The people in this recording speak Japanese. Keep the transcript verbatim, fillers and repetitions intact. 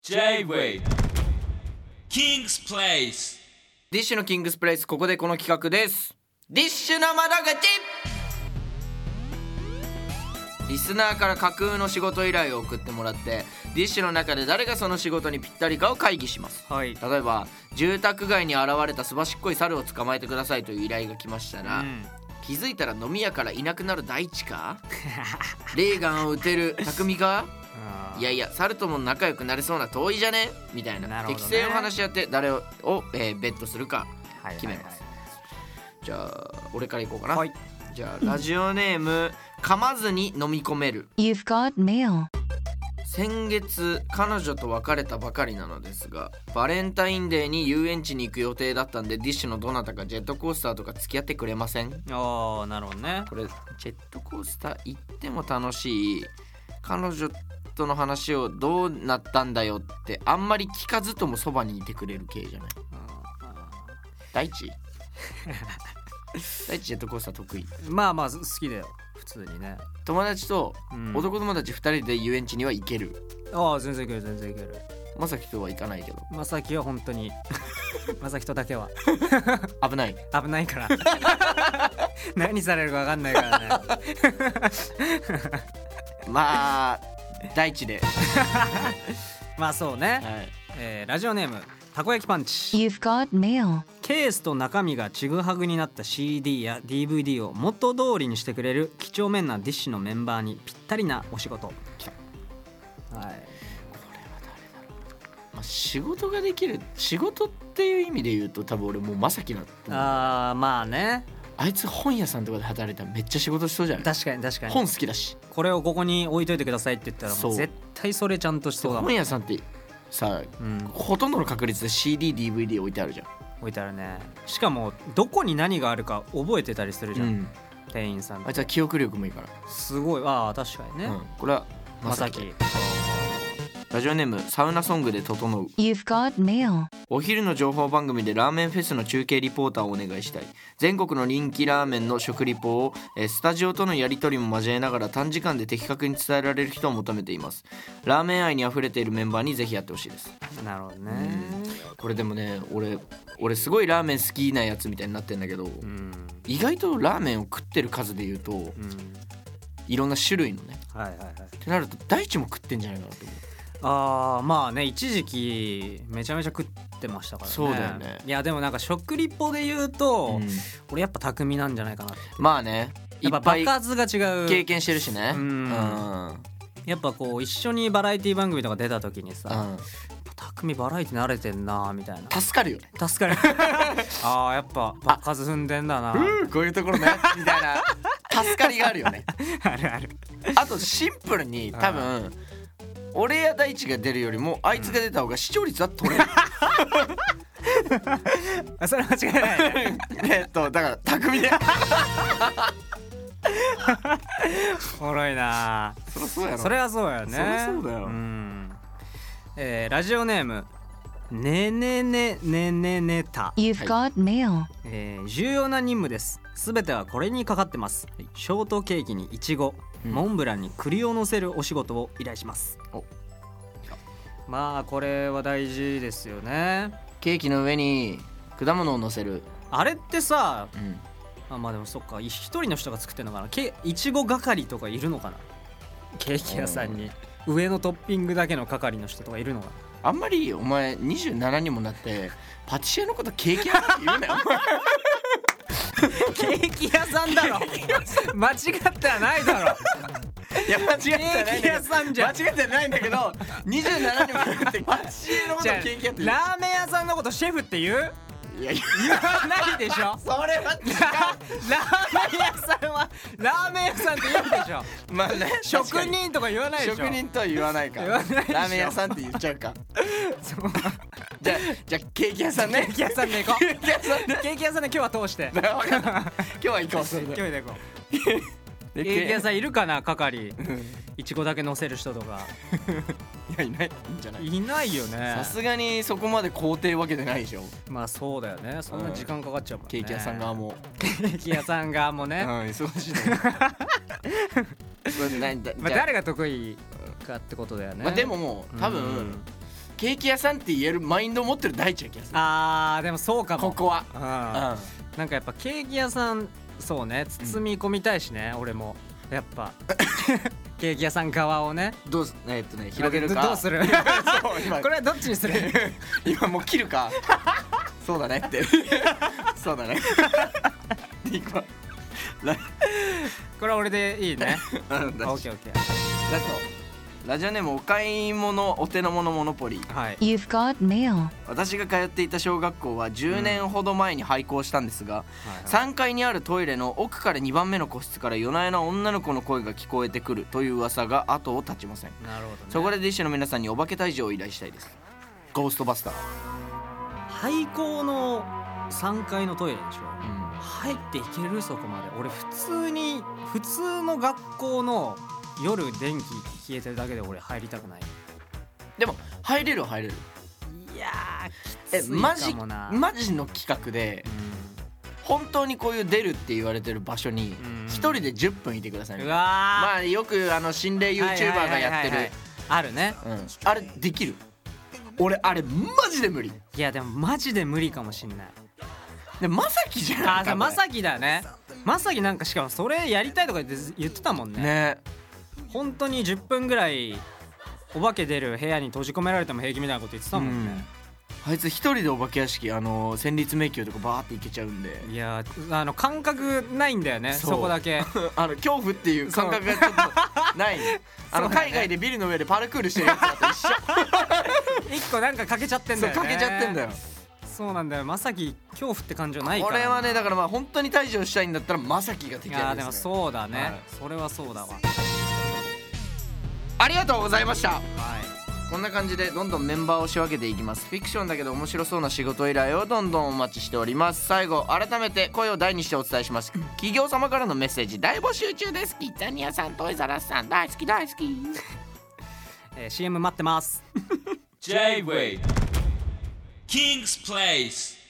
J-Wave King's Place ディッシュのキングスプレイス、ここでこの企画です。ディッシュの窓口。リスナーから架空の仕事依頼を送ってもらって、ディッシュの中で誰がその仕事にぴったりかを会議します、はい、例えば住宅街に現れたすばしっこい猿を捕まえてくださいという依頼が来ましたら、うん、気づいたら飲み屋からいなくなる大地かレーガンを撃てる匠かいやいや猿とも仲良くなれそうな遠いじゃねみたい な, な、ね、適性を話し合って誰を、えー、ベットするか決めます、はいはいはい、じゃあ俺からいこうかな、はい、じゃあラジオネーム噛まずに飲み込める。 You've got mail。 先月彼女と別れたばかりなのですが、バレンタインデーに遊園地に行く予定だったんで、ディッシュのどなたかジェットコースターとか付き合ってくれません？ ああ、なるほどね。 これジェットコースター行っても楽しい、彼女との話をどうなったんだよってあんまり聞かずともそばにいてくれる系じゃない？大地大地ジェットコースター得意？ まあまあ好きだよ普通にね。 友達と、うん、男友達ふたりで遊園地には行ける？ ああ全然行ける全然行ける。 まさきとは行かないけど。 まさきは本当にまさきとだけは危ない危ないから何されるか分かんないからねまあ大地でまあそうね、はい、えー、ラジオネームたこ焼きパンチ。 You've got mail。 ケースと中身がちぐはぐになった シーディー や ディーブイディー を元通りにしてくれる几帳面なディッシュのメンバーにぴったりなお仕事。はい、これは誰だろう、まあ、仕事ができる仕事っていう意味で言うと多分俺もうまさきな。 あーまあね、 あいつ本屋さんとかで働いたらめっちゃ仕事しそうじゃない？ 確かに確かに。 本好きだし、 これをここに置いといてくださいって言ったらもう絶対それちゃんとしそうだもん。 本屋さんってさ、うん、ほとんどの確率で シーディー、ディーブイディー 置いてあるじゃん。 置いてあるね。しかもどこに何があるか覚えてたりするじゃん、うん、店員さん。 あいつは記憶力もいいからすごい。ああ確かにね、うん、 これはまさき。ラジオネームサウナソングで整う。 You've got mail。 お昼の情報番組でラーメンフェスの中継リポーターをお願いしたい。全国の人気ラーメンの食リポをえスタジオとのやり取りも交えながら短時間で的確に伝えられる人を求めています。ラーメン愛にあふれているメンバーにぜひやってほしいです。 なるほどね。 これでもね、俺俺すごいラーメン好きなやつみたいになってんだけど、うん、意外とラーメンを食ってる数で言うと、うん、いろんな種類のね、はいはいはい、ってなると大地も食ってんじゃないかなと思う。 あーまあね、一時期めちゃめちゃ食ってましたからね。 そうだよね。 いやでもなんか食リポで言うと、うん、俺やっぱ匠なんじゃないかなって。 まあね、 やっぱ場数が違う経験してるしね、うん、うん、 やっぱこう一緒にバラエティ番組とか出た時にさ、うん、匠バラエティ慣れてんなみたいな。 助かるよね。 助かるあーやっぱ場数踏んでんだな、 うん、こういうところねみたいな助かりがあるよねあるある。 あとシンプルに多分俺や大地が出るよりもあいつが出た方が視聴率は取れる、 うん、それ間違いないねえっとだから匠でおもろいな。 そりゃそうやろ。 それはそうやね。 そりゃそうだよ、 うん。えー、ラジオネームねねねねねねた。 You've got mail。 えー、重要な任務です。すべてはこれにかかってます、はい、ショートケーキにイチゴ、うん、モンブランに栗を乗せるお仕事を依頼します。おまあこれは大事ですよね。 ケーキの上に果物を乗せる。 あれってさ、うん、あまあでもそっか、一人の人が作ってるのかな。イチゴ係とかいるのかな、ケーキ屋さんに。上のトッピングだけの係の人とかいるのかな。 あんまりお前にじゅうななにもなってパティシエのことケーキ屋って言うなよケーキ屋さんだろ間違ってはないだろいや間違ってはないんだけど、 ケーキ屋さんじゃん。 間違ってはないんだけどにじゅうななにもなってパティシエのことケーキ屋って言う。 ラーメン屋さんのことシェフって言う？ いや言わないでしょそれは違う。ラーメン屋さんはラーメン屋さんって言うでしょまあね、 職人とか言わないでしょ。 職人とは言わないか。 言わないでしょ。 ラーメン屋さんって言っちゃうかそうじゃあじゃあケーキ屋さんね。 ケーキ屋さんで行こう。ケーキ屋さんでケーキ屋さんで今日は通して今日は行こう。それで今日で行こうケーキ屋さんいるかな係いちごだけ乗せる人とかいやいないんじゃない。 いないよね。 さすがにそこまで工程わけでないでしょ。 まあそうだよね。そんな時間かかっちゃうもんね、 ケーキ屋さん側もケーキ屋さん側もね、 うん、忙しいねそれ何だ、 まあ、誰が得意かってことだよね。 まあ、でももう多分、うん、 ケーキ屋さんって言えるマインドを持ってる大地な気がする。 あーでもそうかも。 ここは、 うん、 うん、 なんかやっぱケーキ屋さんそうね包み込みたいしね、うん、俺もやっぱケーキ屋さん側をねどうすえー、っとね広げるかどうするそう今これはどっちにする今もう切るかそうだねってそうだね今これは俺でいいねうん、 オッケーオッケー。 ラストラジオネームお買い物お手の物モノポリー、 はい、 You've got mail. 私が通っていた小学校はじゅうねんほど前に廃校したんですが、 うん、 さんがいにあるトイレの奥からにばんめの個室から夜な夜な女の子の声が聞こえてくるという噂が後を絶ちません。 なるほどね。 そこでディッシュの皆さんにお化け退治を依頼したいです。ゴーストバスター。 廃校のさんがいのトイレでしょ、 うん、 入っていけるそこまで。俺普通に普通の学校の夜電気消えてるだけで俺入りたくない。 でも入れる入れる。 いやーきついかもな。 えマジマジの企画で、うん、本当にこういう出るって言われてる場所に一人でじゅっぷんいてくださいね。 うわまあよくあの心霊 YouTuber がやってるあるね、 うん、あれできる。俺あれマジで無理。 いやでもマジで無理かもしんない。 でまさきじゃないか。 あまさきだね。まさきなんかしかもそれやりたいとか言って言ってたもんね。 ね本当にじゅっぷんぐらいお化け出る部屋に閉じ込められても平気みたいなこと言ってたもんね、 うん、あいつ一人でお化け屋敷あの戦慄迷宮とかバーって行けちゃうんで。 いやあの感覚ないんだよね そ, そこだけあの恐怖っていう感覚がちょっとないねあの海外でビルの上でパルクールしてるやつだと一緒一個なんかかけちゃってんだよね。 そうかけちゃってんだよ。 そうなんだよ。まさき恐怖って感情ないから。 これはねだからまあ本当に退治をしたいんだったらまさきが敵なんですね。 いやでもそうだね、 はい、 それはそうだわ。 ありがとうございました。 はい、 こんな感じでどんどんメンバーを仕分けていきます。フィクションだけど面白そうな仕事依頼をどんどんお待ちしております。最後改めて声を大にしてお伝えします。企業様からのメッセージ大募集中です。キッザニアさんトイザラスさん大好き大好きえー、シーエム 待ってます J-Wave King's Place